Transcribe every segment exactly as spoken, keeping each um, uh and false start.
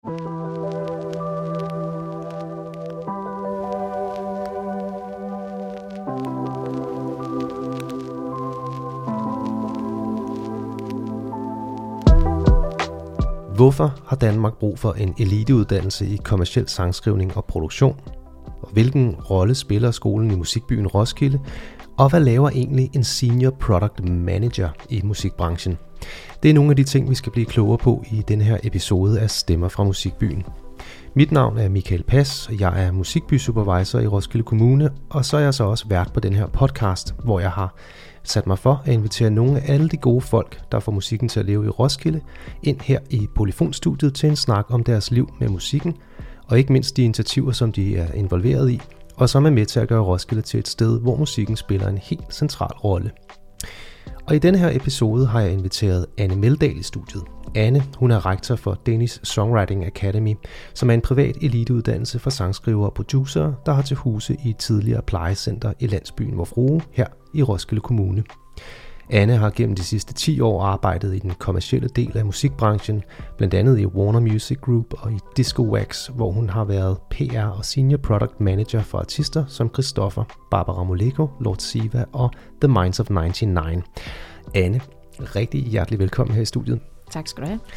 Hvorfor har Danmark brug for en eliteuddannelse i kommerciel sangskrivning og produktion? Og hvilken rolle spiller skolen i musikbyen Roskilde? Og hvad laver egentlig en senior product manager i musikbranchen? Det er nogle af de ting, vi skal blive klogere på i den her episode af Stemmer fra Musikbyen. Mit navn er Michael Pass, og jeg er musikbysupervisor i Roskilde Kommune, og så er jeg så også vært på den her podcast, hvor jeg har sat mig for at invitere nogle af alle de gode folk, der får musikken til at leve i Roskilde, ind her i Polyfonstudiet til en snak om deres liv med musikken, og ikke mindst de initiativer, som de er involveret i, og som er med til at gøre Roskilde til et sted, hvor musikken spiller en helt central rolle. Og i denne her episode har jeg inviteret Anne Meldal i studiet. Anne, hun er rektor for Danish Songwriting Academy, som er en privat eliteuddannelse for sangskrivere og producer, der har til huse i et tidligere plejecenter i landsbyen Vor Frue her i Roskilde Kommune. Anne har gennem de sidste ti år arbejdet i den kommercielle del af musikbranchen, blandt andet i Warner Music Group og i Disco Wax, hvor hun har været P R og Senior Product Manager for artister som Christoffer, Barbara Moleko, Lord Siva og The Minds of nioghalvfems. Anne, rigtig hjertelig velkommen her i studiet. Tak skal du have.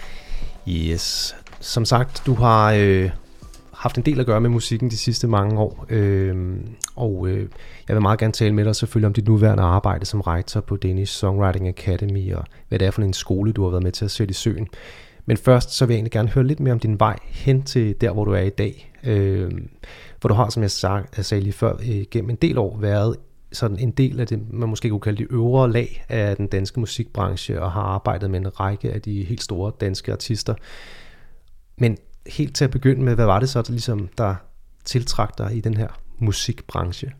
Yes, som sagt, du har øh, haft en del at gøre med musikken de sidste mange år, øh, og øh, jeg vil meget gerne tale med dig selvfølgelig om dit nuværende arbejde som rektor på Danish Songwriting Academy, og hvad det er for en skole, du har været med til at sætte i søen. Men først så vil jeg egentlig gerne høre lidt mere om din vej hen til der, hvor du er i dag. Øh, for du har, som jeg sagde, jeg sagde lige før, øh, gennem en del år været sådan en del af det, man måske kunne kalde de øvre lag af den danske musikbranche, og har arbejdet med en række af de helt store danske artister. Men helt til at begynde med, hvad var det så, der, ligesom, der tiltrak dig i den her musikbranche?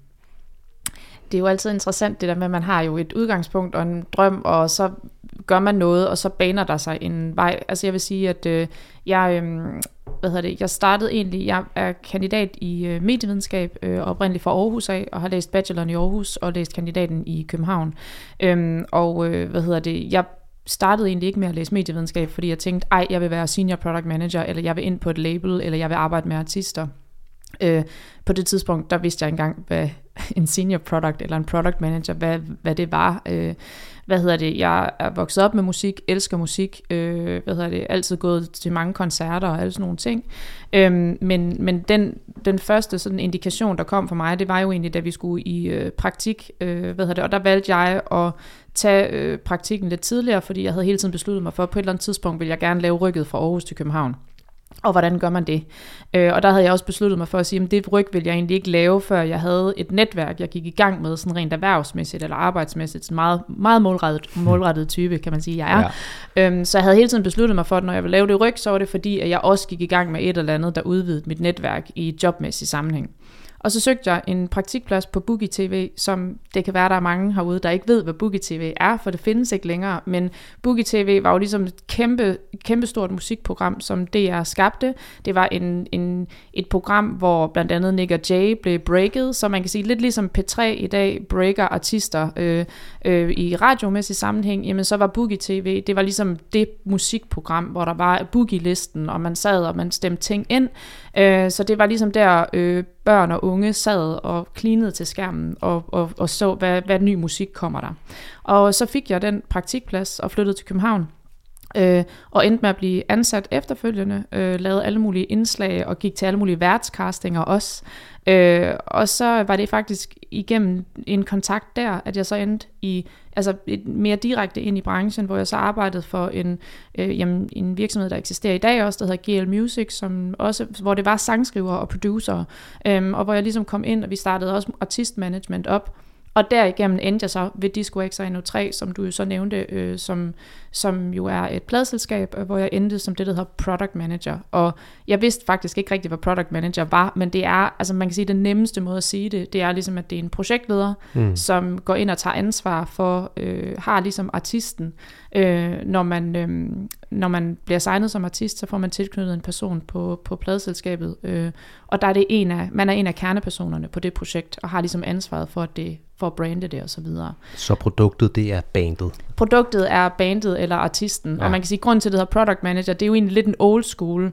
Det er jo altid interessant det der med, at man har jo et udgangspunkt og en drøm, og så gør man noget, og så baner der sig en vej. Altså jeg vil sige, at øh, jeg, øh, hvad hedder det, jeg startede egentlig, jeg er kandidat i øh, medievidenskab, øh, oprindeligt fra Aarhus af, og har læst bacheloren i Aarhus, og læst kandidaten i København. Øhm, og øh, hvad hedder det, jeg startede egentlig ikke med at læse medievidenskab, fordi jeg tænkte, ej, jeg vil være senior product manager, eller jeg vil ind på et label, eller jeg vil arbejde med artister. Øh, på det tidspunkt, der vidste jeg engang, hvad en senior product eller en product manager, hvad, hvad det var. Øh, hvad hedder det? Jeg er vokset op med musik, elsker musik, øh, hvad hedder det? Altid gået til mange koncerter og alle sådan nogle ting. Øh, men men den, den første sådan indikation, der kom for mig, det var jo egentlig, da vi skulle i øh, praktik, øh, hvad hedder det? Og der valgte jeg at tage øh, praktikken lidt tidligere, fordi jeg havde hele tiden besluttet mig for, at på et eller andet tidspunkt ville jeg gerne lave rykket fra Aarhus til København. Og hvordan gør man det? Øh, og der havde jeg også besluttet mig for at sige, at det ryg ville jeg egentlig ikke lave, før jeg havde et netværk, jeg gik i gang med, sådan rent erhvervsmæssigt eller arbejdsmæssigt, sådan meget, meget målrettet, målrettet type, kan man sige, jeg er. Ja. Øhm, så jeg havde hele tiden besluttet mig for, at når jeg ville lave det ryg, så var det fordi, at jeg også gik i gang med et eller andet, der udvidede mit netværk i jobmæssig sammenhæng. Og så søgte jeg en praktikplads på Boogie T V, som det kan være, der er mange herude, der ikke ved, hvad Boogie T V er, for det findes ikke længere. Men Boogie T V var jo ligesom et kæmpe, kæmpe stort musikprogram, som D R skabte. Det var en, en, et program, hvor blandt andet Nick og Jay blev breaket, så man kan sige lidt ligesom P tre i dag breaker artister øh, øh, i radiomæssig sammenhæng. Jamen så var Boogie T V, det var ligesom det musikprogram, hvor der var Boogie-listen, og man sad og man stemte ting ind. Øh, så det var ligesom der øh, børn og unge sad og cleanede til skærmen og, og, og så, hvad, hvad ny musik kommer der. Og så fik jeg den praktikplads og flyttede til København. Øh, og endte med at blive ansat efterfølgende, øh, lavede alle mulige indslag og gik til alle mulige værtscastinger også. Øh, og så var det faktisk igennem en kontakt der, at jeg så endte i, altså et, mere direkte ind i branchen, hvor jeg så arbejdede for en, øh, jamen, en virksomhed, der eksisterer i dag også, der hedder G L Music, som også, hvor det var sangskriver og producer, øh, og hvor jeg ligesom kom ind, og vi startede også artistmanagement op. Og derigennem endte jeg så ved Disco X og N O tre, som du jo så nævnte, øh, som, som jo er et pladeselskab, hvor jeg endte som det, der hedder product manager. Og jeg vidste faktisk ikke rigtig, hvad product manager var, men det er, altså man kan sige, den nemmeste måde at sige det, det er ligesom, at det er en projektleder, mm. som går ind og tager ansvar for, øh, har ligesom artisten. Øh, når, man, øh, når man bliver signet som artist, så får man tilknyttet en person på, på pladeselskabet, øh, og der er det en af, man er en af kernepersonerne på det projekt, og har ligesom ansvaret for, at det for at brande det og så videre. Så produktet, det er bandet? Produktet er bandet eller artisten, ja. Og man kan sige, grund til, at det hedder product manager, det er jo egentlig lidt en old school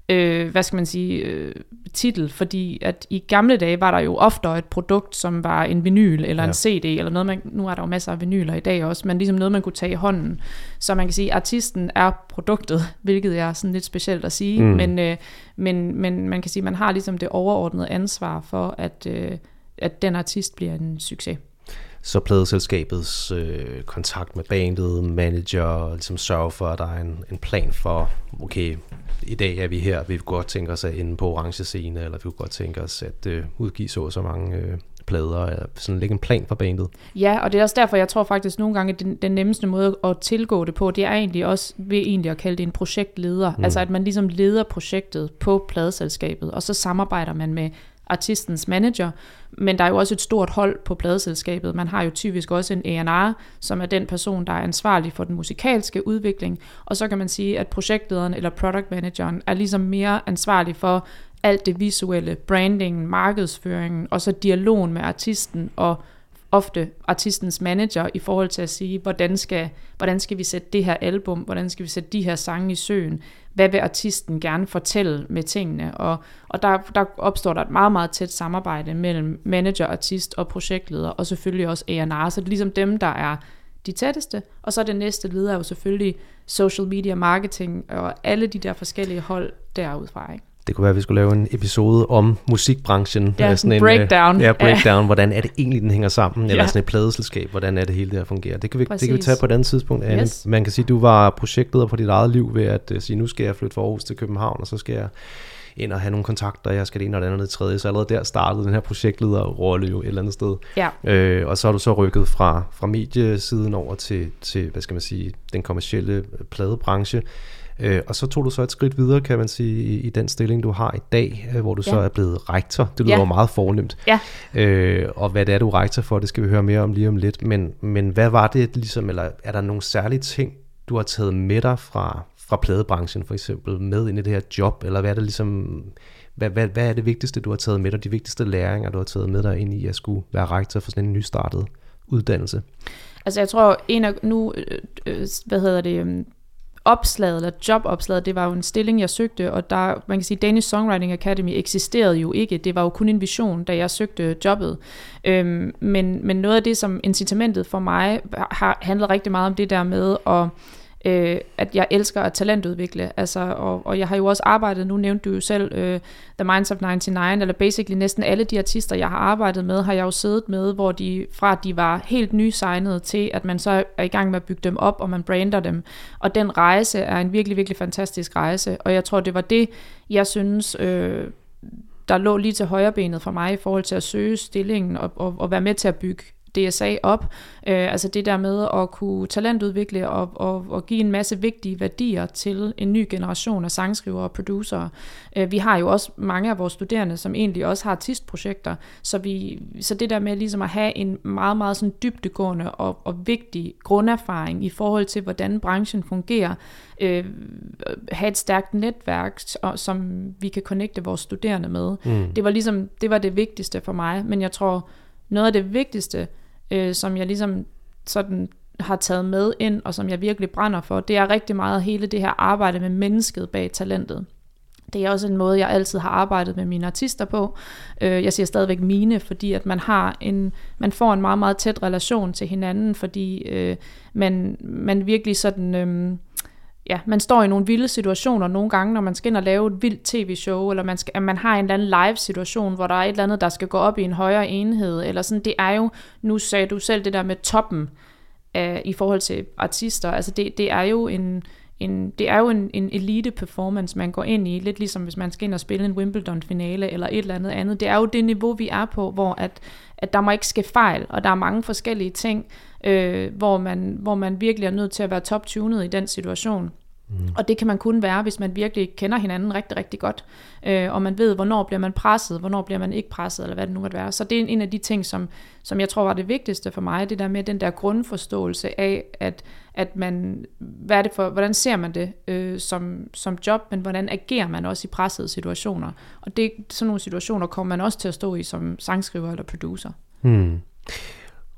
øh, hvad skal man sige, øh, titel, fordi at i gamle dage var der jo ofte et produkt, som var en vinyl eller ja. en C D, eller noget, man, nu er der jo masser af vinyler i dag også, men ligesom noget, man kunne tage i hånden. Så man kan sige, at artisten er produktet, hvilket er sådan lidt specielt at sige, mm. men, øh, men, men man kan sige, at man har ligesom det overordnede ansvar for, at, øh, at den artist bliver en succes. Så pladeselskabets øh, kontakt med bandet, manager, ligesom sørger for, at der er en, en plan for, okay, i dag er vi her, vi vil godt tænke os at ende på orange scene, eller vi vil godt tænke os at øh, udgive så så mange øh, plader, eller sådan lægge en plan for bandet. Ja, og det er også derfor, jeg tror faktisk nogle gange, at den, den nemmeste måde at tilgå det på, det er egentlig også ved egentlig at kalde det en projektleder. Mm. Altså at man ligesom leder projektet på pladeselskabet, og så samarbejder man med artistens manager, men der er jo også et stort hold på pladeselskabet. Man har jo typisk også en A and R, som er den person, der er ansvarlig for den musikalske udvikling, og så kan man sige, at projektlederen eller product manageren er ligesom mere ansvarlig for alt det visuelle, brandingen, markedsføringen, og så dialogen med artisten og ofte artistens manager i forhold til at sige, hvordan skal, hvordan skal vi sætte det her album, hvordan skal vi sætte de her sange i søen, hvad vil artisten gerne fortælle med tingene, og, og der, der opstår der et meget, meget tæt samarbejde mellem manager, artist og projektleder, og selvfølgelig også A and R, så det er ligesom dem, der er de tætteste, og så det næste leder er jo selvfølgelig social media marketing, og alle de der forskellige hold derudfra, ikke? Det kunne være, at vi skulle lave en episode om musikbranchen. Ja, sådan en breakdown. Ja, breakdown. Hvordan er det egentlig, den hænger sammen? Eller ja. sådan et pladeselskab. Hvordan er det hele det her fungerer? Det kan vi, det kan vi tage på et andet tidspunkt, Anne. Yes. Man kan sige, at du var projektleder på dit eget liv ved at uh, sige, nu skal jeg flytte fra Aarhus til København, og så skal jeg ind og have nogle kontakter, jeg skal det ene og det andet og det tredje. Så allerede der startede den her projektlederrolle jo et eller andet sted. Ja. Øh, og så har du så rykket fra, fra mediesiden over til, til, hvad skal man sige, den kommercielle pladebranche. Øh, og så tog du så et skridt videre, kan man sige, i, i den stilling, du har i dag, øh, hvor du ja. så er blevet rektor. Det lyder ja. meget fornemt. Ja. Øh, og hvad det er, du er rektor for, det skal vi høre mere om lige om lidt. Men, men hvad var det ligesom, eller er der nogle særlige ting, du har taget med dig fra, fra pladebranchen for eksempel, med ind i det her job? Eller hvad er det ligesom, hvad, hvad, hvad er det vigtigste, du har taget med dig, de vigtigste læringer, du har taget med dig ind i at skulle være rektor for sådan en nystartet uddannelse? Altså jeg tror, en af nu, øh, hvad hedder det... opslaget, eller jobopslaget, det var jo en stilling, jeg søgte, og der, man kan sige, Danish Songwriting Academy eksisterede jo ikke. Det var jo kun en vision, da jeg søgte jobbet. Øhm, men, men noget af det, som incitamentet for mig har handlet rigtig meget om det der med at Øh, at jeg elsker at talentudvikle, altså, og, og jeg har jo også arbejdet, nu nævnte du jo selv uh, The Minds of nioghalvfems, eller basically næsten alle de artister, jeg har arbejdet med, har jeg jo siddet med, hvor de fra de var helt nysignede til, at man så er i gang med at bygge dem op, og man brander dem, og den rejse er en virkelig, virkelig fantastisk rejse, og jeg tror, det var det, jeg synes, øh, der lå lige til højrebenet for mig, i forhold til at søge stillingen, og, og, og være med til at bygge D S A op, øh, altså det der med at kunne talentudvikle og, og, og give en masse vigtige værdier til en ny generation af sangskrivere og producerer. Øh, vi har jo også mange af vores studerende, som egentlig også har artistprojekter, så, vi, så det der med ligesom at have en meget, meget sådan dybdegående og, og vigtig grunderfaring i forhold til, hvordan branchen fungerer, øh, have et stærkt netværk, som vi kan connecte vores studerende med. Mm. Det var ligesom, det var det vigtigste for mig, men jeg tror, noget af det vigtigste, øh, som jeg ligesom sådan har taget med ind, og som jeg virkelig brænder for, det er rigtig meget hele det her arbejde med mennesket bag talentet. Det er også en måde, jeg altid har arbejdet med mine artister på. Øh, jeg siger stadigvæk mine, fordi at man har en, man får en meget, meget tæt relation til hinanden, fordi øh, man, man virkelig sådan... Øh, Ja, man står i nogle vilde situationer nogle gange, når man skal ind og lave et vildt tv-show, eller man, skal, at man har en eller anden live-situation, hvor der er et eller andet, der skal gå op i en højere enhed, eller sådan. Det er jo, nu sagde du selv det der med toppen af, i forhold til artister, altså det, det er jo en, en, det er jo en, en elite-performance, man går ind i, lidt ligesom hvis man skal ind og spille en Wimbledon-finale, eller et eller andet andet. Det er jo det niveau, vi er på, hvor at, at der må ikke ske fejl, og der er mange forskellige ting, øh, hvor, man, hvor man virkelig er nødt til at være top-tunet i den situation. Mm. Og det kan man kun være, hvis man virkelig kender hinanden rigtig, rigtig godt, øh, og man ved, hvornår bliver man presset, hvornår bliver man ikke presset, eller hvad det nu måtte være. Så det er en af de ting, som, som jeg tror var det vigtigste for mig, det der med den der grundforståelse af, at, at man, hvad er det for, hvordan ser man det øh, som, som job, men hvordan agerer man også i pressede situationer. Og det, sådan nogle situationer kommer man også til at stå i som sangskriver eller producer. Mm.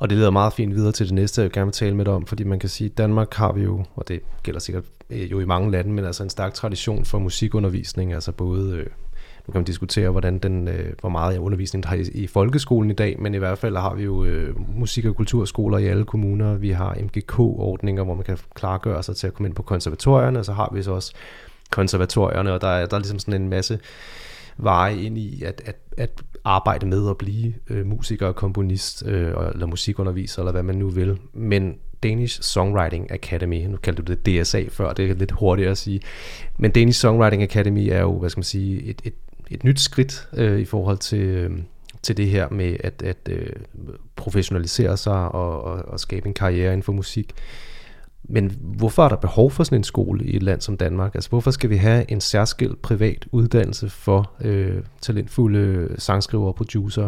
Og det leder meget fint videre til det næste, jeg gerne vil tale med dig om, fordi man kan sige, at Danmark har vi jo, og det gælder sikkert jo i mange lande, men altså en stærk tradition for musikundervisning, altså både, øh, nu kan man diskutere, hvordan den, øh, hvor meget undervisning der har i, i folkeskolen i dag, men i hvert fald har vi jo øh, musik- og kulturskoler i alle kommuner, vi har M G K-ordninger, hvor man kan klargøre sig til at komme ind på konservatorierne, og så har vi så også konservatorierne, og der er, der er ligesom sådan en masse veje ind i at, at, at arbejde med at blive øh, musiker og komponist, øh, eller musikunderviser, eller hvad man nu vil. Men Danish Songwriting Academy, nu kaldte du det D S A før, det er lidt hurtigere at sige, men Danish Songwriting Academy er jo, hvad skal man sige, et, et, et nyt skridt øh, i forhold til, øh, til det her med at, at øh, professionalisere sig og, og, og skabe en karriere inden for musik. Men hvorfor er der behov for sådan en skole i et land som Danmark? Altså hvorfor skal vi have en særskilt privat uddannelse for øh, talentfulde sangskrivere og producer?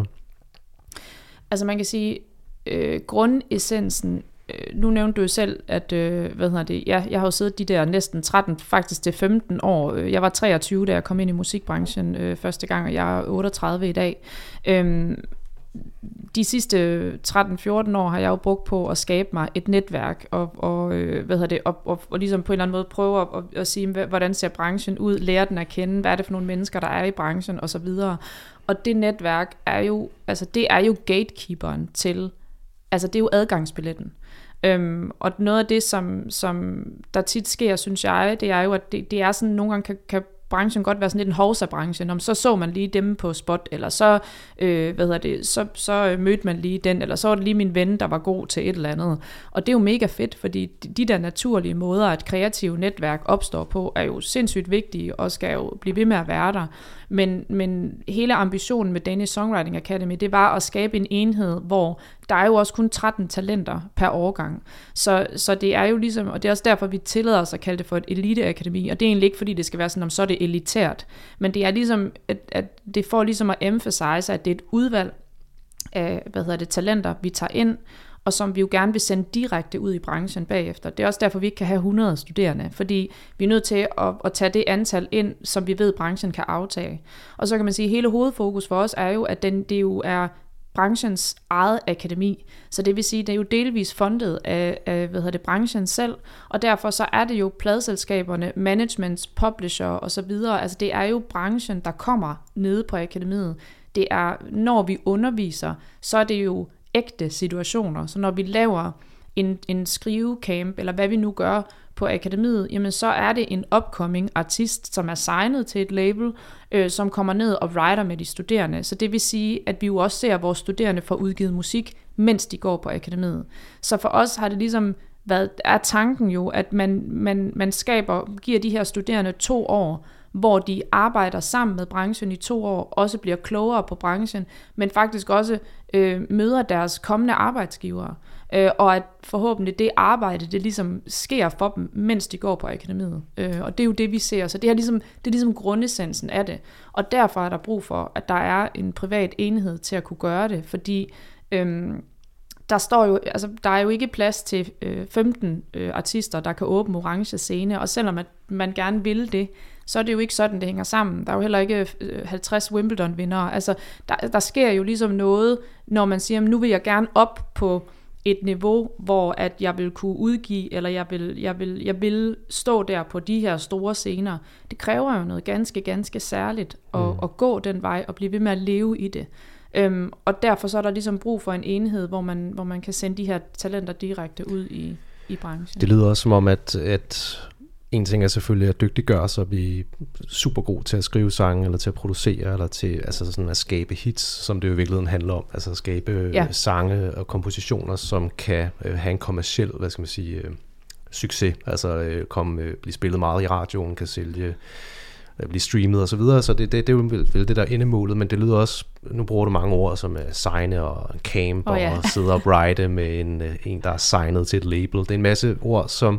Altså man kan sige, øh, grundessensen, øh, nu nævnte du jo selv, at øh, hvad hedder det, ja, jeg har jo siddet de der næsten tretten, faktisk til femten år. Jeg var treogtyve, da jeg kom ind i musikbranchen øh, første gang, og jeg er otteogtredive i dag. Øh, De sidste tretten fjorten år har jeg jo brugt på at skabe mig et netværk og, og hvad hedder det og, og, og ligesom på en eller anden måde prøve at, at, at sige, hvordan ser branchen ud, lære den at kende, hvad er det for nogle mennesker der er i branchen og så videre. Og det netværk er jo, altså det er jo gatekeeperen til, altså det er jo adgangsbilletten. Øhm, og noget af det som, som der tit sker, synes jeg, det er jo at det, det er sådan nogle gange kan, kan branchen godt være sådan lidt en hovsa-branche, om så så man lige dem på spot, eller så, øh, hvad hedder det, så, så mødte man lige den, eller så var det lige min ven, der var god til et eller andet. Og det er jo mega fedt, fordi de der naturlige måder, at kreative netværk opstår på, er jo sindssygt vigtige, og skal jo blive ved med at være der. Men, men hele ambitionen med Danish Songwriting Academy, det var at skabe en enhed, hvor der er jo også kun tretten talenter per årgang. Så, så det er jo ligesom, og det er også derfor, vi tillader os at kalde det for et eliteakademi, og det er egentlig ikke, fordi det skal være sådan, om så er det elitært, men det er ligesom, at, at det får ligesom at emphasize, at det er et udvalg af, hvad hedder det, talenter, vi tager ind, og som vi jo gerne vil sende direkte ud i branchen bagefter. Det er også derfor, vi ikke kan have hundrede studerende, fordi vi er nødt til at, at tage det antal ind, som vi ved, branchen kan aftage. Og så kan man sige, at hele hovedfokus for os er jo, at den, det jo er branchens eget akademi. Så det vil sige, det er jo delvis fundet af, af hvad hedder det, branchen selv, og derfor så er det jo pladeselskaberne, managements, publisher og så videre. Altså det er jo branchen, der kommer nede på akademiet. Det er, når vi underviser, så er det jo ægte situationer. Så når vi laver en, en skrivecamp, eller hvad vi nu gør på akademiet, jamen så er det en upcoming artist, som er signet til et label, øh, som kommer ned og writer med de studerende. Så det vil sige, at vi jo også ser, at vores studerende får udgivet musik, mens de går på akademiet. Så for os har det ligesom været, er tanken jo, at man, man, man skaber, giver de her studerende to år, hvor de arbejder sammen med branchen i to år, også bliver klogere på branchen, men faktisk også øh, møder deres kommende arbejdsgivere. Øh, og at forhåbentlig det arbejde, det ligesom sker for dem, mens de går på akademiet. Øh, og det er jo det, vi ser. Så det er, ligesom, det er ligesom grundessensen af det. Og derfor er der brug for, at der er en privat enhed til at kunne gøre det, fordi øh, der står jo, altså der er jo ikke plads til øh, femten øh, artister, der kan åbne orange scene, og selvom at man gerne vil det, så er det jo ikke sådan, det hænger sammen. Der er jo heller ikke halvtreds Wimbledon-vindere. Altså, der, der sker jo ligesom noget, når man siger, nu vil jeg gerne op på et niveau, hvor at jeg vil kunne udgive, eller jeg vil, jeg, vil, jeg vil stå der på de her store scener. Det kræver jo noget ganske, ganske særligt at, mm. at gå den vej, og blive ved med at leve i det. Øhm, og derfor så er der ligesom brug for en enhed, hvor man, hvor man kan sende de her talenter direkte ud i, i branchen. Det lyder også som om, at, at en ting er selvfølgelig at dygtiggøre sig og blive super god til at skrive sange, eller til at producere, eller til altså sådan at skabe hits, som det jo i virkeligheden handler om. Altså at skabe ja. sange og kompositioner, som kan øh, have en kommerciel, hvad skal man sige, øh, succes. Altså øh, komme, øh, blive spillet meget i radioen, kan sælge, øh, blive streamet og så videre. Så det, det, det er jo vel det der endemålet, men det lyder også, nu bruger du mange ord som øh, signe og camp, oh, ja. og sidde og write med en, øh, en, der er signet til et label. Det er en masse ord, som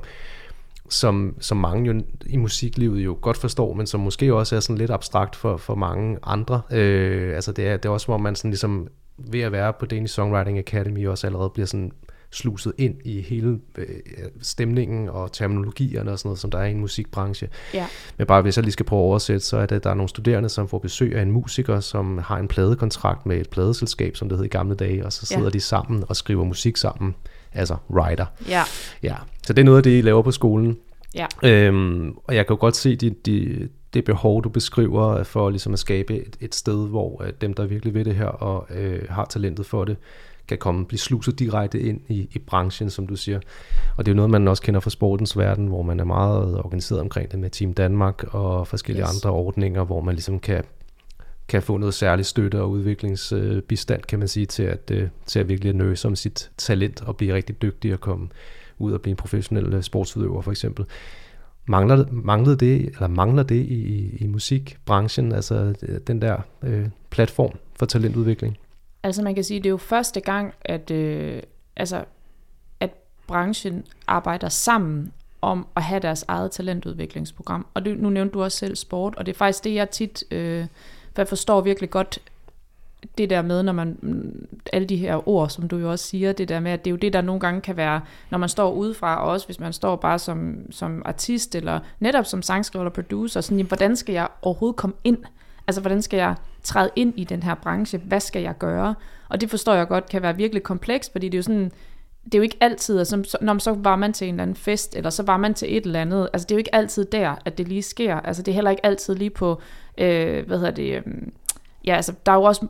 Som, som mange jo i musiklivet jo godt forstår, men som måske også er sådan lidt abstrakt for, for mange andre. Øh, altså det er, det er også, hvor man sådan ligesom ved at være på Danish Songwriting Academy også allerede bliver sådan sluset ind i hele øh, stemningen og terminologierne og sådan noget, som der er i en musikbranche. Ja. Men bare hvis jeg lige skal prøve at oversætte, så er det, der er nogle studerende, som får besøg af en musiker, som har en pladekontrakt med et pladeselskab, som det hed i gamle dage, og så sidder ja. de sammen og skriver musik sammen, altså writer. Ja. Ja. Så det er noget af det, I laver på skolen. Ja. Øhm, og jeg kan jo godt se de, de, det behov, du beskriver for ligesom at skabe et, et sted, hvor øh, dem, der virkelig ved det her og øh, har talentet for det, kan komme blive sluset direkte ind i, i branchen, som du siger. Og det er jo noget, man også kender fra sportens verden, hvor man er meget organiseret omkring det med Team Danmark og forskellige yes. andre ordninger, hvor man ligesom kan, kan få noget særlig støtte og udviklingsbistand, kan man sige, til at, øh, til at virkelig nøse om sit talent og blive rigtig dygtig og komme ud og blive en professionel sportsudøver for eksempel. Mangler, manglede det, eller mangler det i, i, i musikbranchen, altså den der øh, platform for talentudvikling? Altså man kan sige, det er jo første gang, at, øh, altså, at branchen arbejder sammen om at have deres eget talentudviklingsprogram. Og det, nu nævnte du også selv sport, og det er faktisk det, jeg tit, øh, for jeg forstår virkelig godt det der med, når man, alle de her ord, som du jo også siger, det der med, at det er jo det, der nogle gange kan være, når man står udefra, og også hvis man står bare som, som artist, eller netop som sangskriver eller producer, sådan, jamen, hvordan skal jeg overhovedet komme ind? Altså, hvordan skal jeg træde ind i den her branche? Hvad skal jeg gøre? Og det forstår jeg godt kan være virkelig komplekst, fordi det er jo sådan, det er jo ikke altid, altså, når man så var man til en eller anden fest, eller så var man til et eller andet, altså det er jo ikke altid der, at det lige sker. Altså det er heller ikke altid lige på, øh, hvad hedder det, øh, ja, altså der er jo også,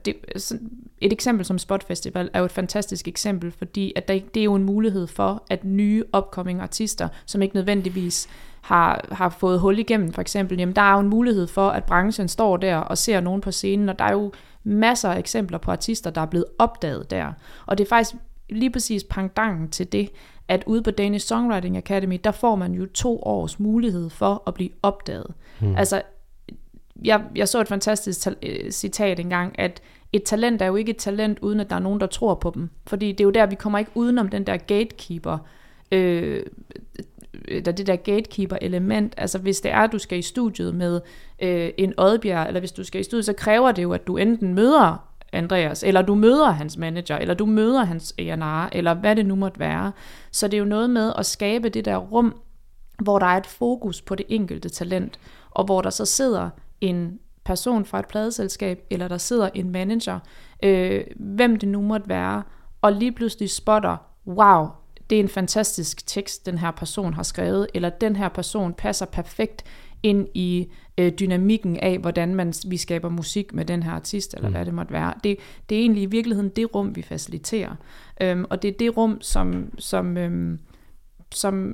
et eksempel som Spot Festival er jo et fantastisk eksempel, fordi at der, det er jo en mulighed for, at nye upcoming artister, som ikke nødvendigvis har, har fået hul igennem for eksempel, jamen der er jo en mulighed for, at branchen står der og ser nogen på scenen, og der er jo masser af eksempler på artister, der er blevet opdaget der. Og det er faktisk lige præcis pendant til det, at ude på Danish Songwriting Academy, der får man jo to års mulighed for at blive opdaget. Hmm. Altså, jeg, jeg så et fantastisk ta- citat engang, at et talent er jo ikke et talent, uden at der er nogen, der tror på dem. Fordi det er jo der, vi kommer ikke udenom den der gatekeeper, øh, der det der gatekeeper-element. Altså hvis det er, at du skal i studiet med øh, en Oddbjerg, eller hvis du skal i studiet, så kræver det jo, at du enten møder Andreas, eller du møder hans manager, eller du møder hans A and R, eller hvad det nu måtte være. Så det er jo noget med at skabe det der rum, hvor der er et fokus på det enkelte talent, og hvor der så sidder en person fra et pladeselskab, eller der sidder en manager, øh, hvem det nu måtte være, og lige pludselig spotter, wow, det er en fantastisk tekst, den her person har skrevet, eller den her person passer perfekt ind i øh, dynamikken af, hvordan man, vi skaber musik med den her artist, eller mm. hvad det måtte være. Det, det er egentlig i virkeligheden det rum, vi faciliterer. Øhm, og det er det rum, som, som, øhm, som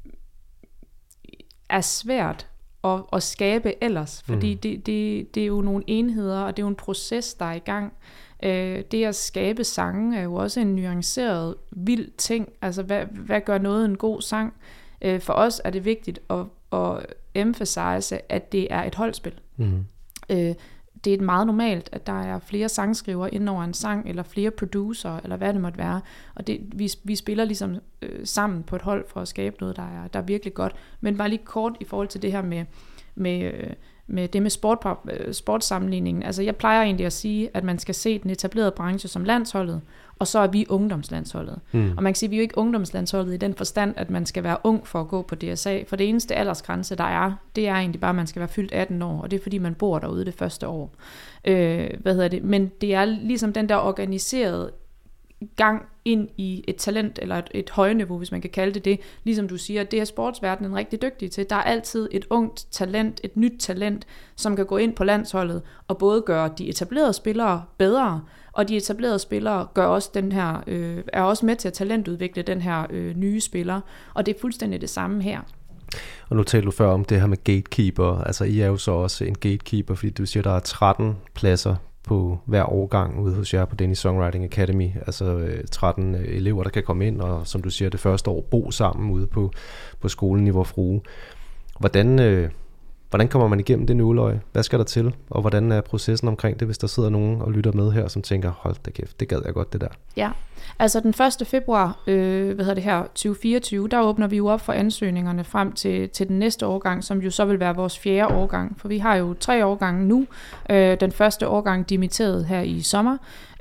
er svært at, at skabe ellers, fordi mm. det, det, det er jo nogle enheder, og det er jo en proces, der er i gang. Øh, det at skabe sange er jo også en nuanceret, vild ting. Altså, hvad, hvad gør noget en god sang? Øh, for os er det vigtigt at, at emphasize, at det er et holdspil. Mm. Øh, det er meget normalt, at der er flere sangskrivere inden over en sang, eller flere producer, eller hvad det måtte være. Og det, vi, vi spiller ligesom øh, sammen på et hold for at skabe noget, der er, der er virkelig godt. Men bare lige kort i forhold til det her med, med, øh, med det med sport, øh, sportssammenligningen. Altså jeg plejer egentlig at sige, at man skal se den etablerede branche som landsholdet, og så er vi ungdomslandsholdet. Mm. Og man kan sige, at vi er jo ikke ungdomslandsholdet i den forstand, at man skal være ung for at gå på D S A. For det eneste aldersgrænse, der er, det er egentlig bare, at man skal være fyldt atten år, og det er fordi, man bor derude det første år. Øh, hvad hedder det? Men det er ligesom den der organiserede gang ind i et talent, eller et, et højniveau, hvis man kan kalde det det. Ligesom du siger, det er sportsverdenen rigtig dygtig til. Der er altid et ungt talent, et nyt talent, som kan gå ind på landsholdet, og både gøre de etablerede spillere bedre, og de etablerede spillere gør også den her, øh, er også med til at talentudvikle den her øh, nye spiller, og det er fuldstændig det samme her. Og nu talte du før om det her med gatekeeper, altså I er jo så også en gatekeeper, fordi du siger, der er tretten pladser på hver årgang ude hos jer på Danish Songwriting Academy, altså tretten elever, der kan komme ind, og som du siger, det første år bo sammen ude på, på skolen i Vor Frue. Hvordan, øh, hvordan kommer man igennem det nåleøje? Hvad skal der til? Og hvordan er processen omkring det, hvis der sidder nogen og lytter med her, som tænker, hold da kæft, det gad jeg godt det der. Ja, altså den første februar, øh, hvad hedder det her, tyve fireogtyve, der åbner vi jo op for ansøgningerne frem til, til den næste årgang, som jo så vil være vores fjerde årgang, for vi har jo tre årgange nu. Øh, den første årgang dimitteret her i sommer,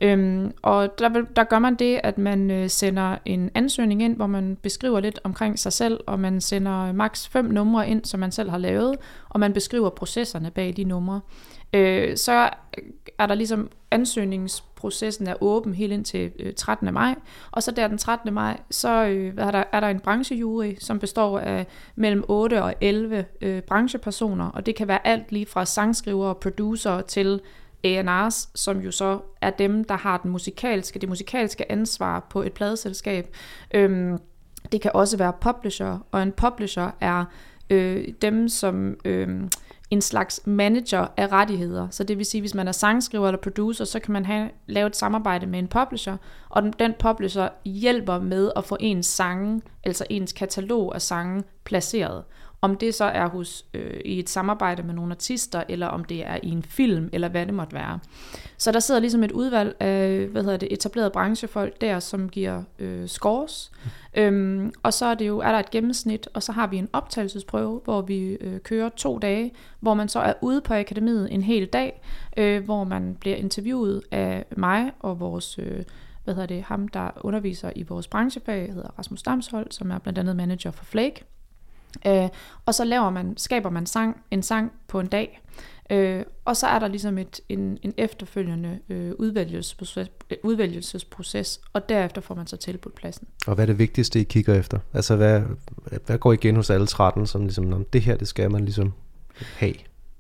Øhm, og der, der gør man det, at man øh, sender en ansøgning ind, hvor man beskriver lidt omkring sig selv, og man sender maks fem numre ind, som man selv har lavet, og man beskriver processerne bag de numre. Øh, så er der ligesom ansøgningsprocessen er åben helt indtil øh, trettende maj, og så der den trettende maj, så øh, er, der, er der en branchejury, som består af mellem otte og elleve øh, branchepersoner, og det kan være alt lige fra sangskrivere og producer til A and R's, som jo så er dem, der har den musikalske, det musikalske ansvar på et pladeselskab. Øhm, det kan også være publisher, og en publisher er øh, dem, som øh, en slags manager af rettigheder. Så det vil sige, hvis man er sangskriver eller producer, så kan man have, lave et samarbejde med en publisher, og den, den publisher hjælper med at få ens sange, altså ens katalog af sange, placeret. Om det så er hos øh, i et samarbejde med nogle artister, eller om det er i en film, eller hvad det måtte være. Så der sidder ligesom et udvalg af hvad hedder det, etablerede branchefolk der, som giver øh, scores. Mm. Øhm, og så er, det jo, er der et gennemsnit, og så har vi en optagelsesprøve, hvor vi øh, kører to dage, hvor man så er ude på akademiet en hel dag, øh, hvor man bliver interviewet af mig og vores... Øh, hvad hedder det, ham der underviser i vores branchefag, hedder Rasmus Damshold, som er blandt andet manager for Flake. Øh, og så laver man, skaber man sang, en sang på en dag, øh, og så er der ligesom et, en, en efterfølgende øh, udvælgelsesproces, udvælgelsesproces, og derefter får man så tilbudt pladsen. Og hvad er det vigtigste, I kigger efter? Altså hvad, hvad går igen hos alle tretten, som ligesom, det her, det skal man ligesom have?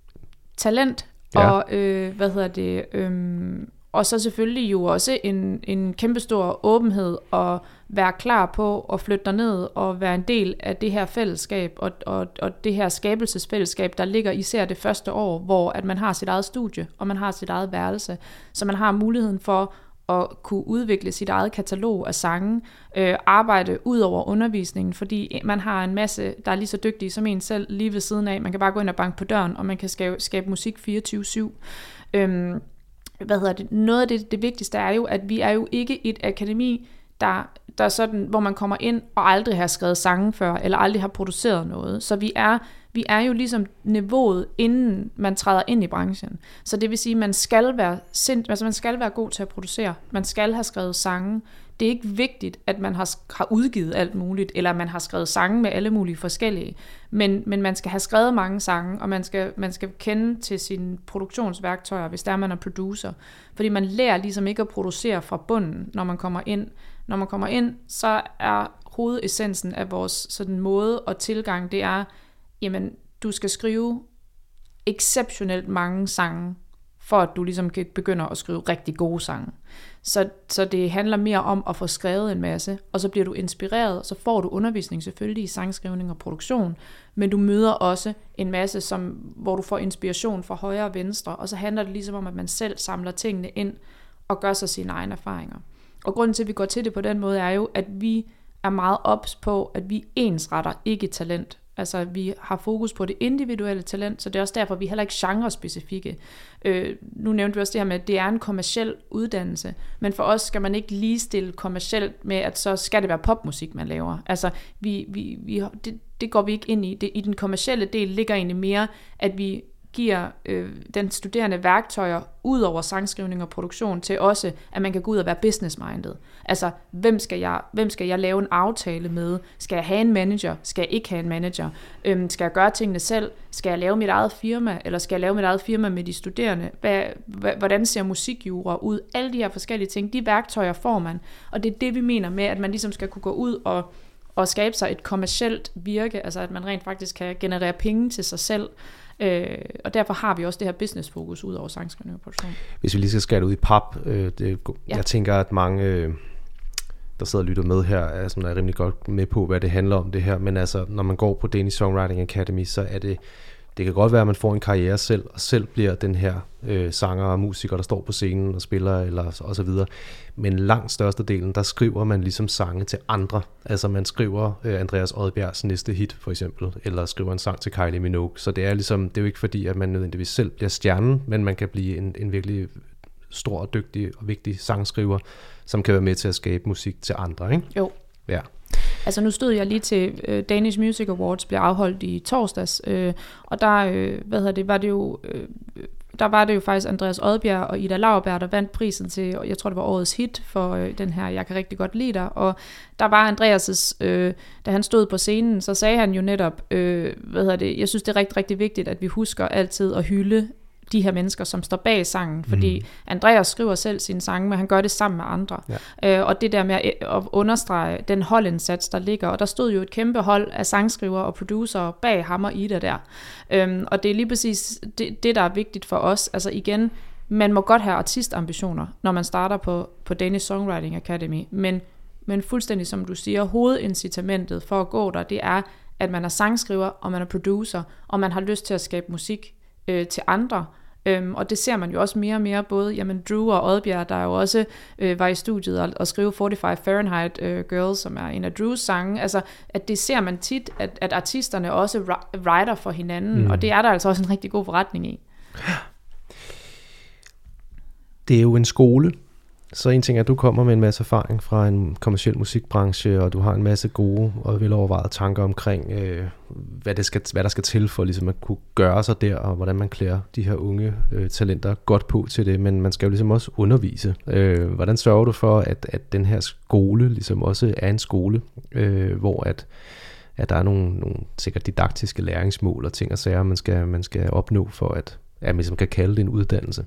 Talent, ja. og øh, hvad hedder det, øh, og så selvfølgelig jo også en, en kæmpestor åbenhed og være klar på at flytte derned og være en del af det her fællesskab og, og, og det her skabelsesfællesskab, der ligger især det første år, hvor at man har sit eget studie og man har sit eget værelse, så man har muligheden for at kunne udvikle sit eget katalog af sange, øh, arbejde ud over undervisningen, fordi man har en masse, der er lige så dygtige som en selv lige ved siden af. Man kan bare gå ind og banke på døren, og man kan skabe, skabe musik fireogtyve syv. Øhm, Hvad hedder det? Noget af det, det vigtigste er jo, at vi er jo ikke et akademi, der, der er sådan, hvor man kommer ind og aldrig har skrevet sange før, eller aldrig har produceret noget. Så vi er, vi er jo ligesom niveauet, inden man træder ind i branchen. Så det vil sige, at man skal være sind, altså man skal være god til at producere. Man skal have skrevet sange. Det er ikke vigtigt, at man har, har udgivet alt muligt, eller man har skrevet sange med alle mulige forskellige. Men, men man skal have skrevet mange sange, og man skal, man skal kende til sine produktionsværktøjer, hvis der man er producer. Fordi man lærer ligesom ikke at producere fra bunden, når man kommer ind. Når man kommer ind, så er hovedessensen af vores sådan måde og tilgang, det er, jamen, du skal skrive exceptionelt mange sange, for at du ligesom kan begynde at skrive rigtig gode sange. Så, så det handler mere om at få skrevet en masse, og så bliver du inspireret, og så får du undervisning selvfølgelig i sangskrivning og produktion, men du møder også en masse, som, hvor du får inspiration fra højre og venstre, og så handler det ligesom om, at man selv samler tingene ind og gør sig sine egne erfaringer. Og grunden til, at vi går til det på den måde, er jo, at vi er meget ops på, at vi ensretter ikke talent. Altså, vi har fokus på det individuelle talent, så det er også derfor, vi er heller ikke genrespecifikke. Øh, nu nævnte vi også det her med, at det er en kommerciel uddannelse, men for os skal man ikke ligestille kommercielt med, at så skal det være popmusik, man laver. Altså, vi, vi, vi, det, det går vi ikke ind i. Det, i den kommercielle del ligger egentlig mere, at vi giver øh, den studerende værktøjer ud over sangskrivning og produktion til også, at man kan gå ud og være business-minded. Altså, hvem skal jeg, hvem skal jeg lave en aftale med? Skal jeg have en manager? Skal jeg ikke have en manager? Øhm, skal jeg gøre tingene selv? Skal jeg lave mit eget firma? Eller skal jeg lave mit eget firma med de studerende? Hvad, hvordan ser musikjura ud? Alle de her forskellige ting, de værktøjer får man. Og det er det, vi mener med, at man ligesom skal kunne gå ud og, og skabe sig et kommercielt virke, altså at man rent faktisk kan generere penge til sig selv. Øh, og derfor har vi også det her business-fokus ud over sangskrivning og produktion. Hvis vi lige skal skære ud i pap, øh, det, ja. Jeg tænker, at mange, øh, der sidder og lytter med her, er, sådan, er rimelig godt med på, hvad det handler om det her. Men altså, når man går på Danish Songwriting Academy, så er det, det kan godt være, at man får en karriere selv, og selv bliver den her øh, sanger og musiker, der står på scenen og spiller, eller og så videre. Men langt størstedelen, der skriver man ligesom sange til andre. Altså man skriver øh, Andreas Odbjergs næste hit, for eksempel, eller skriver en sang til Kylie Minogue. Så det er ligesom, det er jo ikke fordi, at man nødvendigvis selv bliver stjernen, men man kan blive en, en virkelig stor og dygtig og vigtig sangskriver, som kan være med til at skabe musik til andre, ikke? Jo. Ja. Altså nu stod jeg lige til uh, Danish Music Awards, blev afholdt i torsdags, øh, og der, øh, hvad hedder det, var det jo, øh, der var det jo faktisk Andreas Odbjerg og Ida Lauerberg, der vandt prisen til, jeg tror det var årets hit for øh, den her Jeg kan rigtig godt lide dig, og der var Andreas' øh, da han stod på scenen, så sagde han jo netop, øh, hvad hedder det, jeg synes det er rigtig, rigtig vigtigt, at vi husker altid at hylde de her mennesker, som står bag sangen, fordi mm. Andreas skriver selv sine sange, men han gør det sammen med andre. Ja. Øh, og det der med at, at understrege den holdindsats, der ligger, og der stod jo et kæmpe hold af sangskrivere og producer bag ham og Ida der. Øhm, og det er lige præcis det, det, der er vigtigt for os. Altså igen, man må godt have artistambitioner, når man starter på, på Danish Songwriting Academy, men, men fuldstændig som du siger, hovedincitamentet for at gå der, det er, at man er sangskriver, og man er producer, og man har lyst til at skabe musik øh, til andre. Øhm, og det ser man jo også mere og mere, både jamen, Drew og Odbjerg, der jo også øh, var i studiet og, og skrive forty-five Fahrenheit øh, Girls, som er en af Drews sange, altså at det ser man tit, at, at artisterne også writer for hinanden, mm. og det er der altså også en rigtig god forretning i. Det er jo en skole, så en ting er, at du kommer med en masse erfaring fra en kommerciel musikbranche, og du har en masse gode og velovervejede tanker omkring, øh, hvad, det skal, hvad der skal til for ligesom at kunne gøre sig der, og hvordan man klæder de her unge øh, talenter godt på til det, men man skal jo ligesom også undervise. Øh, hvordan sørger du for, at, at den her skole ligesom også er en skole, øh, hvor at, at der er nogle, nogle sikkert didaktiske læringsmål og ting og sager, man skal, man skal opnå for, at, at man ligesom kan kalde det en uddannelse?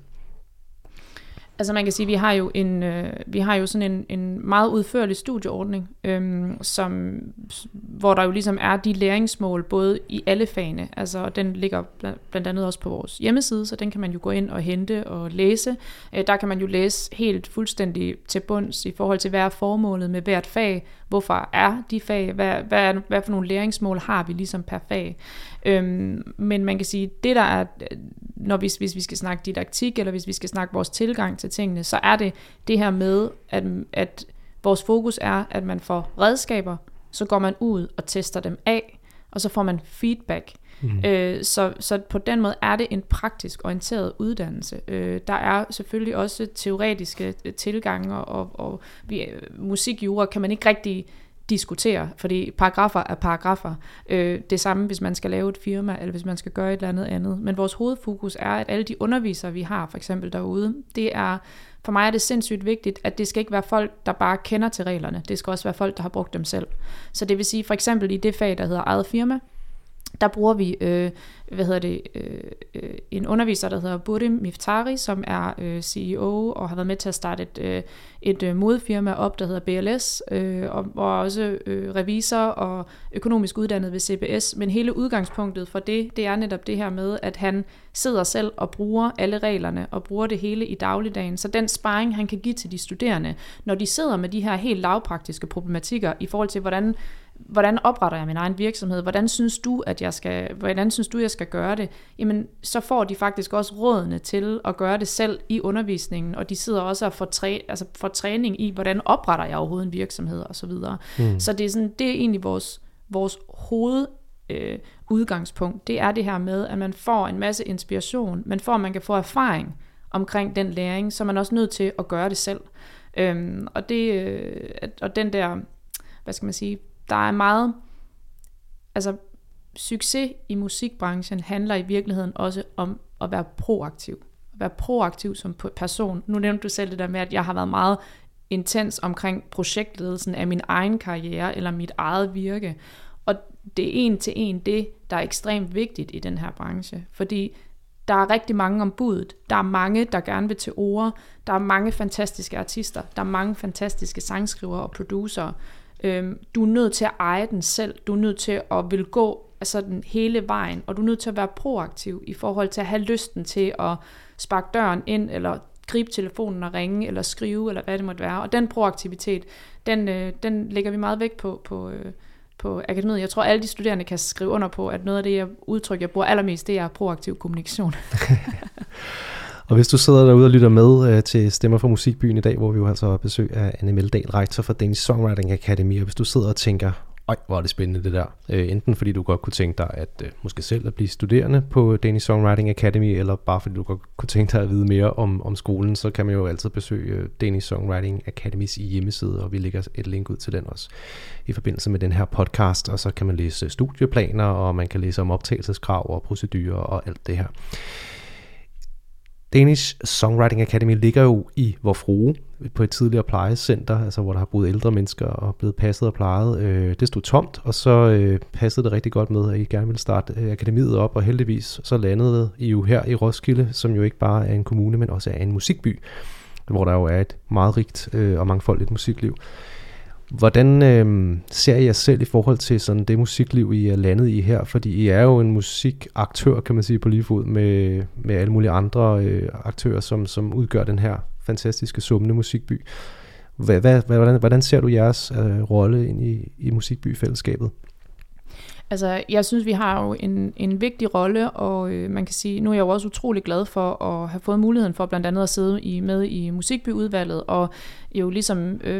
Altså man kan sige, at vi har jo en, øh, vi har jo sådan en, en meget udførlig studieordning, øhm, som, hvor der jo ligesom er de læringsmål både i alle fagene. Altså den ligger blandt andet også på vores hjemmeside, så den kan man jo gå ind og hente og læse. Øh, der kan man jo læse helt fuldstændig til bunds i forhold til, hvad er formålet med hvert fag, hvorfor er de fag, hvad, hvad, er, hvad for nogle læringsmål har vi ligesom per fag. Øhm, men man kan sige, det der er, når vi, hvis vi skal snakke didaktik, eller hvis vi skal snakke vores tilgang til tingene, så er det det her med, at, at vores fokus er, at man får redskaber, så går man ud og tester dem af, og så får man feedback. Mm. Øh, så, så på den måde er det en praktisk orienteret uddannelse. Øh, der er selvfølgelig også teoretiske tilgange, og, og vi, musikjura kan man ikke rigtig diskutere, fordi paragrafer er paragrafer. Øh, det samme, hvis man skal lave et firma, eller hvis man skal gøre et eller andet andet. Men vores hovedfokus er, at alle de undervisere, vi har, for eksempel derude, det er, for mig er det sindssygt vigtigt, at det skal ikke være folk, der bare kender til reglerne. Det skal også være folk, der har brugt dem selv. Så det vil sige, for eksempel i det fag, der hedder eget firma, der bruger vi øh, hvad hedder det, øh, en underviser, der hedder Burim Miftari, som er øh, C E O og har været med til at starte et, øh, et øh, modefirma op, der hedder B L S, øh, og, og også øh, revisor og økonomisk uddannet ved C B S. Men hele udgangspunktet for det, det er netop det her med, at han sidder selv og bruger alle reglerne og bruger det hele i dagligdagen. Så den sparring, han kan give til de studerende, når de sidder med de her helt lavpraktiske problematikker i forhold til, hvordan hvordan opretter jeg min egen virksomhed, hvordan synes du, at jeg skal, hvordan synes du, jeg skal gøre det, jamen så får de faktisk også rådene til at gøre det selv i undervisningen, og de sidder også og får, træ, altså får træning i, hvordan opretter jeg overhovedet en virksomhed og så videre. Mm. Så det er sådan, det er egentlig vores, vores hoved øh, udgangspunkt, det er det her med, at man får en masse inspiration, man får, at man kan få erfaring omkring den læring, så man er også nødt til at gøre det selv. Øhm, og, det, øh, og den der, hvad skal man sige, der er meget, altså succes i musikbranchen handler i virkeligheden også om at være proaktiv. At være proaktiv som person. Nu nævnte du selv det der med, at jeg har været meget intens omkring projektledelsen af min egen karriere eller mit eget virke. Og det er en til en det, der er ekstremt vigtigt i den her branche. Fordi der er rigtig mange om budet. Der er mange, der gerne vil til ord. Der er mange fantastiske artister. Der er mange fantastiske sangskrivere og producer. Du er nødt til at eje den selv. Du er nødt til at vil gå altså den hele vejen. Og du er nødt til at være proaktiv i forhold til at have lysten til at sparke døren ind, eller gribe telefonen og ringe, eller skrive, eller hvad det måtte være. Og den proaktivitet, den, den lægger vi meget vægt på på, på akademiet. Jeg tror, alle de studerende kan skrive under på, at noget af det jeg udtryk, jeg bruger allermest, det er proaktiv kommunikation. Og hvis du sidder derude og lytter med øh, til Stemmer fra Musikbyen i dag, hvor vi jo altså har besøg af Anne Meldal, rektor for Danish Songwriting Academy, og hvis du sidder og tænker, øj, hvor er det spændende det der, øh, enten fordi du godt kunne tænke dig at øh, måske selv at blive studerende på Danish Songwriting Academy, eller bare fordi du godt kunne tænke dig at vide mere om, om skolen, så kan man jo altid besøge Danish Songwriting Academys hjemmeside, og vi lægger et link ud til den også i forbindelse med den her podcast, og så kan man læse studieplaner, og man kan læse om optagelseskrav og procedurer og alt det her. Danish Songwriting Academy ligger jo i Vor Frue, på et tidligere plejecenter, altså hvor der har boet ældre mennesker og blevet passet og plejet. Øh, det stod tomt, og så øh, passede det rigtig godt med, at I gerne ville starte øh, akademiet op, og heldigvis så landede I jo her i Roskilde, som jo ikke bare er en kommune, men også er en musikby, hvor der jo er et meget rigt øh, og mangfoldigt musikliv. Hvordan øh, ser I jer selv i forhold til sådan det musikliv, I er landet i her? Fordi I er jo en musikaktør, kan man sige, på lige fod med, med alle mulige andre øh, aktører, som, som udgør den her fantastiske, summende musikby. Hvad, hvad, hvordan, hvordan ser du jeres øh, rolle ind i, i musikbyfællesskabet? Altså, jeg synes, vi har jo en, en vigtig rolle, og øh, man kan sige, nu er jeg jo også utrolig glad for at have fået muligheden for blandt andet at sidde i, med i musikbyudvalget, og jo ligesom øh,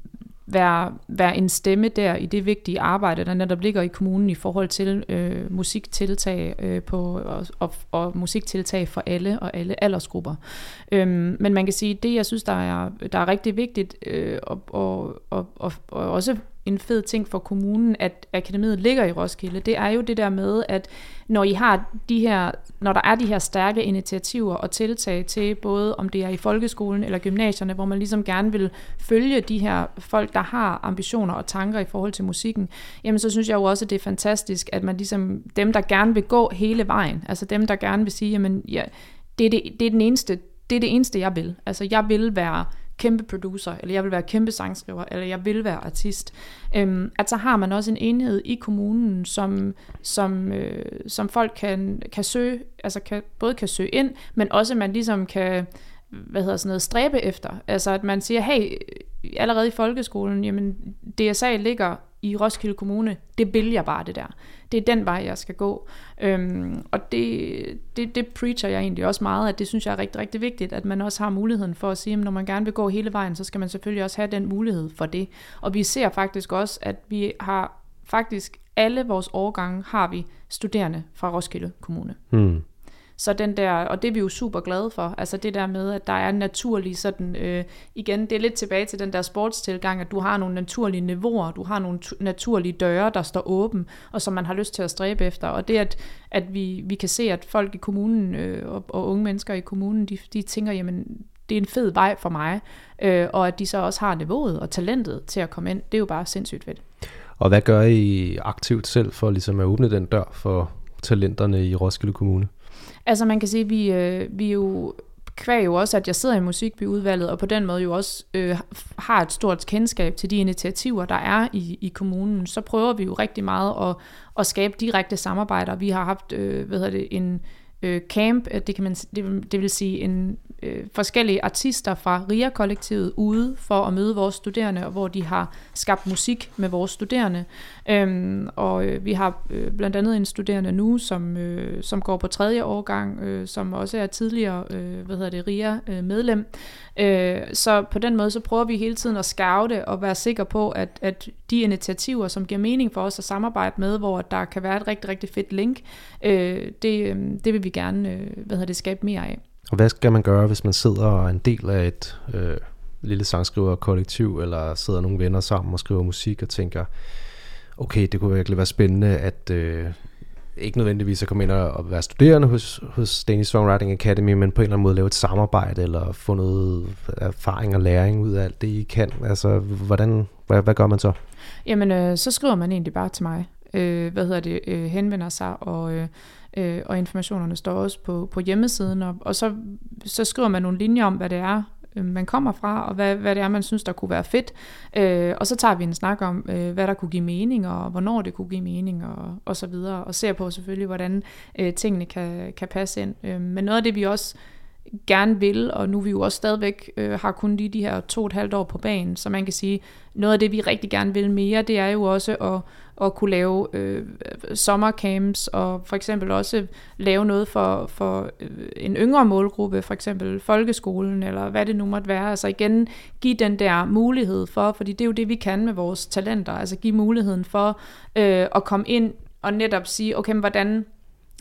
være, være en stemme der i det vigtige arbejde, der netop ligger i kommunen i forhold til øh, musiktiltag øh, på, og, og, og musiktiltag for alle og alle aldersgrupper. Øhm, men man kan sige, det jeg synes, der er, der er rigtig vigtigt, øh, og, og, og, og, og også en fed ting for kommunen, at akademiet ligger i Roskilde, det er jo det der med, at når I har de her, når der er de her stærke initiativer og tiltag til, både om det er i folkeskolen eller gymnasierne, hvor man ligesom gerne vil følge de her folk, der har ambitioner og tanker i forhold til musikken, jamen så synes jeg jo også, at det er fantastisk, at man ligesom, dem der gerne vil gå hele vejen, altså dem der gerne vil sige, jamen ja, det er det, det er den eneste, det er det eneste jeg vil, altså jeg vil være kæmpe producer, eller jeg vil være kæmpe sangskriver, eller jeg vil være artist, øhm, at så har man også en enhed i kommunen, som, som, øh, som folk kan, kan søge, altså kan, både kan søge ind, men også man ligesom kan, hvad hedder sådan noget, stræbe efter. Altså at man siger, hey, allerede i folkeskolen, jamen D S A ligger i Roskilde Kommune, det vil jeg bare det der. Det er den vej, jeg skal gå. Øhm, og det, det, det preacher jeg egentlig også meget, at det synes jeg er rigtig, rigtig vigtigt, at man også har muligheden for at sige, at når man gerne vil gå hele vejen, så skal man selvfølgelig også have den mulighed for det. Og vi ser faktisk også, at vi har faktisk alle vores årgange har vi studerende fra Roskilde Kommune. Hmm. Så den der, og det er vi jo super glade for, altså det der med, at der er naturlig sådan, øh, igen, det er lidt tilbage til den der sportstilgang, at du har nogle naturlige niveauer, du har nogle tu- naturlige døre, der står åben, og som man har lyst til at stræbe efter, og det at, at vi, vi kan se, at folk i kommunen, øh, og, og unge mennesker i kommunen, de, de tænker, jamen, det er en fed vej for mig, øh, og at de så også har niveauet og talentet til at komme ind, det er jo bare sindssygt fedt. Og hvad gør I aktivt selv for ligesom at åbne den dør for talenterne i Roskilde Kommune? Altså man kan sige, at vi, øh, vi jo kvæg jo også, at jeg sidder i musikbyudvalget, og på den måde jo også øh, har et stort kendskab til de initiativer, der er i, i kommunen. Så prøver vi jo rigtig meget at, at skabe direkte samarbejder. Vi har haft øh, hvad hedder det, en øh, camp, det, kan man, det, det vil sige en øh, forskellige artister fra R I A-kollektivet ude for at møde vores studerende, og hvor de har skabt musik med vores studerende. Øhm, og øh, vi har øh, blandt andet en studerende nu, som, øh, som går på tredje årgang, øh, som også er tidligere øh, hvad hedder det, R I A-medlem. Øh, så på den måde, så prøver vi hele tiden at scoute og være sikre på, at, at de initiativer, som giver mening for os at samarbejde med, hvor der kan være et rigtig, rigtig fedt link, øh, det, det vil vi gerne øh, hvad hedder det, skabe mere af. Og hvad skal man gøre, hvis man sidder og er en del af et øh, lille sangskriverkollektiv, eller sidder nogle venner sammen og skriver musik og tænker, okay, det kunne virkelig være spændende, at øh, ikke nødvendigvis at komme ind og være studerende hos, hos Danish Songwriting Academy, men på en eller anden måde lave et samarbejde, eller få noget erfaring og læring ud af alt det, I kan. Altså, hvordan, hvad, hvad gør man så? Jamen, øh, så skriver man egentlig bare til mig. Øh, hvad hedder det? Øh, henvender sig, og... Øh, Øh, og informationerne står også på, på hjemmesiden, og, og så, så skriver man nogle linjer om, hvad det er, øh, man kommer fra, og hvad, hvad det er, man synes, der kunne være fedt. Øh, og så tager vi en snak om, øh, hvad der kunne give mening, og hvornår det kunne give mening, og, og så videre, og ser på selvfølgelig, hvordan øh, tingene kan, kan passe ind. Øh, men noget af det, vi også gerne vil, og nu vi jo også stadigvæk øh, har kun lige de her to og et halvt år på banen, så man kan sige, noget af det, vi rigtig gerne vil mere, det er jo også at, at kunne lave øh, sommercamps, og for eksempel også lave noget for, for øh, en yngre målgruppe, for eksempel folkeskolen, eller hvad det nu måtte være. Altså igen, give den der mulighed for, fordi det er jo det, vi kan med vores talenter, altså give muligheden for øh, at komme ind og netop sige, okay, men hvordan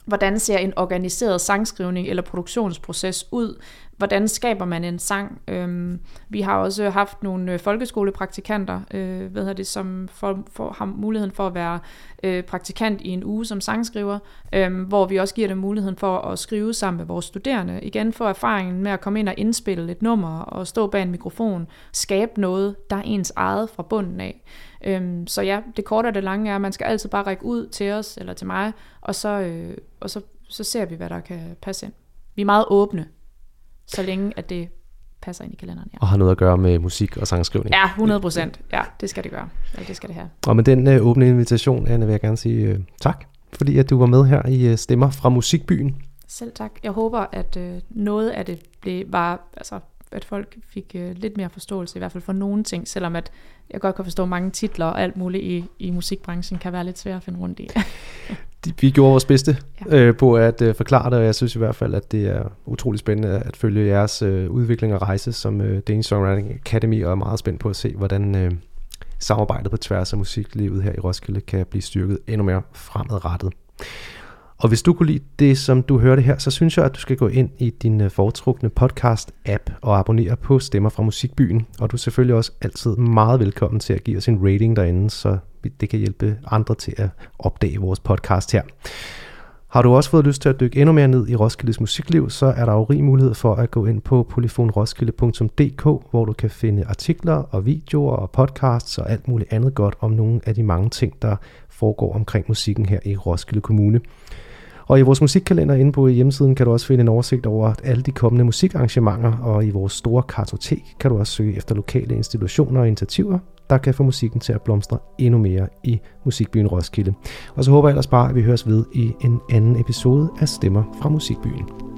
hvordan ser en organiseret sangskrivning eller produktionsproces ud? Hvordan skaber man en sang? Øhm, vi har også haft nogle øh, folkeskolepraktikanter, øh, hvad hedder det, som for, for, har muligheden for at være øh, praktikant i en uge som sangskriver, øh, hvor vi også giver dem muligheden for at skrive sammen med vores studerende. Igen for erfaringen med at komme ind og indspille et nummer og stå bag en mikrofon, skabe noget, der er ens eget fra bunden af. Øhm, så ja, det korte og det lange er, at man skal altid bare række ud til os, eller til mig, og så, øh, og så, så ser vi, hvad der kan passe ind. Vi er meget åbne, så længe at det passer ind i kalenderen. Ja. Og har noget at gøre med musik og sangskrivning. Ja, hundrede procent. Ja, det skal det gøre. Ja, det skal det have. Og med den øh, åbne invitation, Anne, vil jeg gerne sige øh, tak, fordi at du var med her i øh, Stemmer fra Musikbyen. Selv tak. Jeg håber, at øh, noget af det blev, var, altså, at folk fik øh, lidt mere forståelse, i hvert fald for nogle ting, selvom at jeg godt kan forstå mange titler og alt muligt i, i musikbranchen kan være lidt svært at finde rundt i. Vi gjorde vores bedste ja. øh, på at øh, forklare det, og jeg synes i hvert fald, at det er utrolig spændende at følge jeres øh, udvikling og rejse som øh, Danish Songwriting Academy, og er meget spændt på at se, hvordan øh, samarbejdet på tværs af musiklivet her i Roskilde kan blive styrket endnu mere fremadrettet. Og hvis du kunne lide det, som du hørte her, så synes jeg, at du skal gå ind i din foretrukne podcast-app og abonnere på Stemmer fra Musikbyen. Og du er selvfølgelig også altid meget velkommen til at give os en rating derinde, så det kan hjælpe andre til at opdage vores podcast her. Har du også fået lyst til at dykke endnu mere ned i Roskildes musikliv, så er der jo rig mulighed for at gå ind på polyfonroskilde punktum d k, hvor du kan finde artikler og videoer og podcasts og alt muligt andet godt om nogle af de mange ting, der foregår omkring musikken her i Roskilde Kommune. Og i vores musikkalender inde på hjemmesiden kan du også finde en oversigt over alle de kommende musikarrangementer, og i vores store kartotek kan du også søge efter lokale institutioner og initiativer, der kan få musikken til at blomstre endnu mere i Musikbyen Roskilde. Og så håber jeg ellers bare, at vi høres ved i en anden episode af Stemmer fra Musikbyen.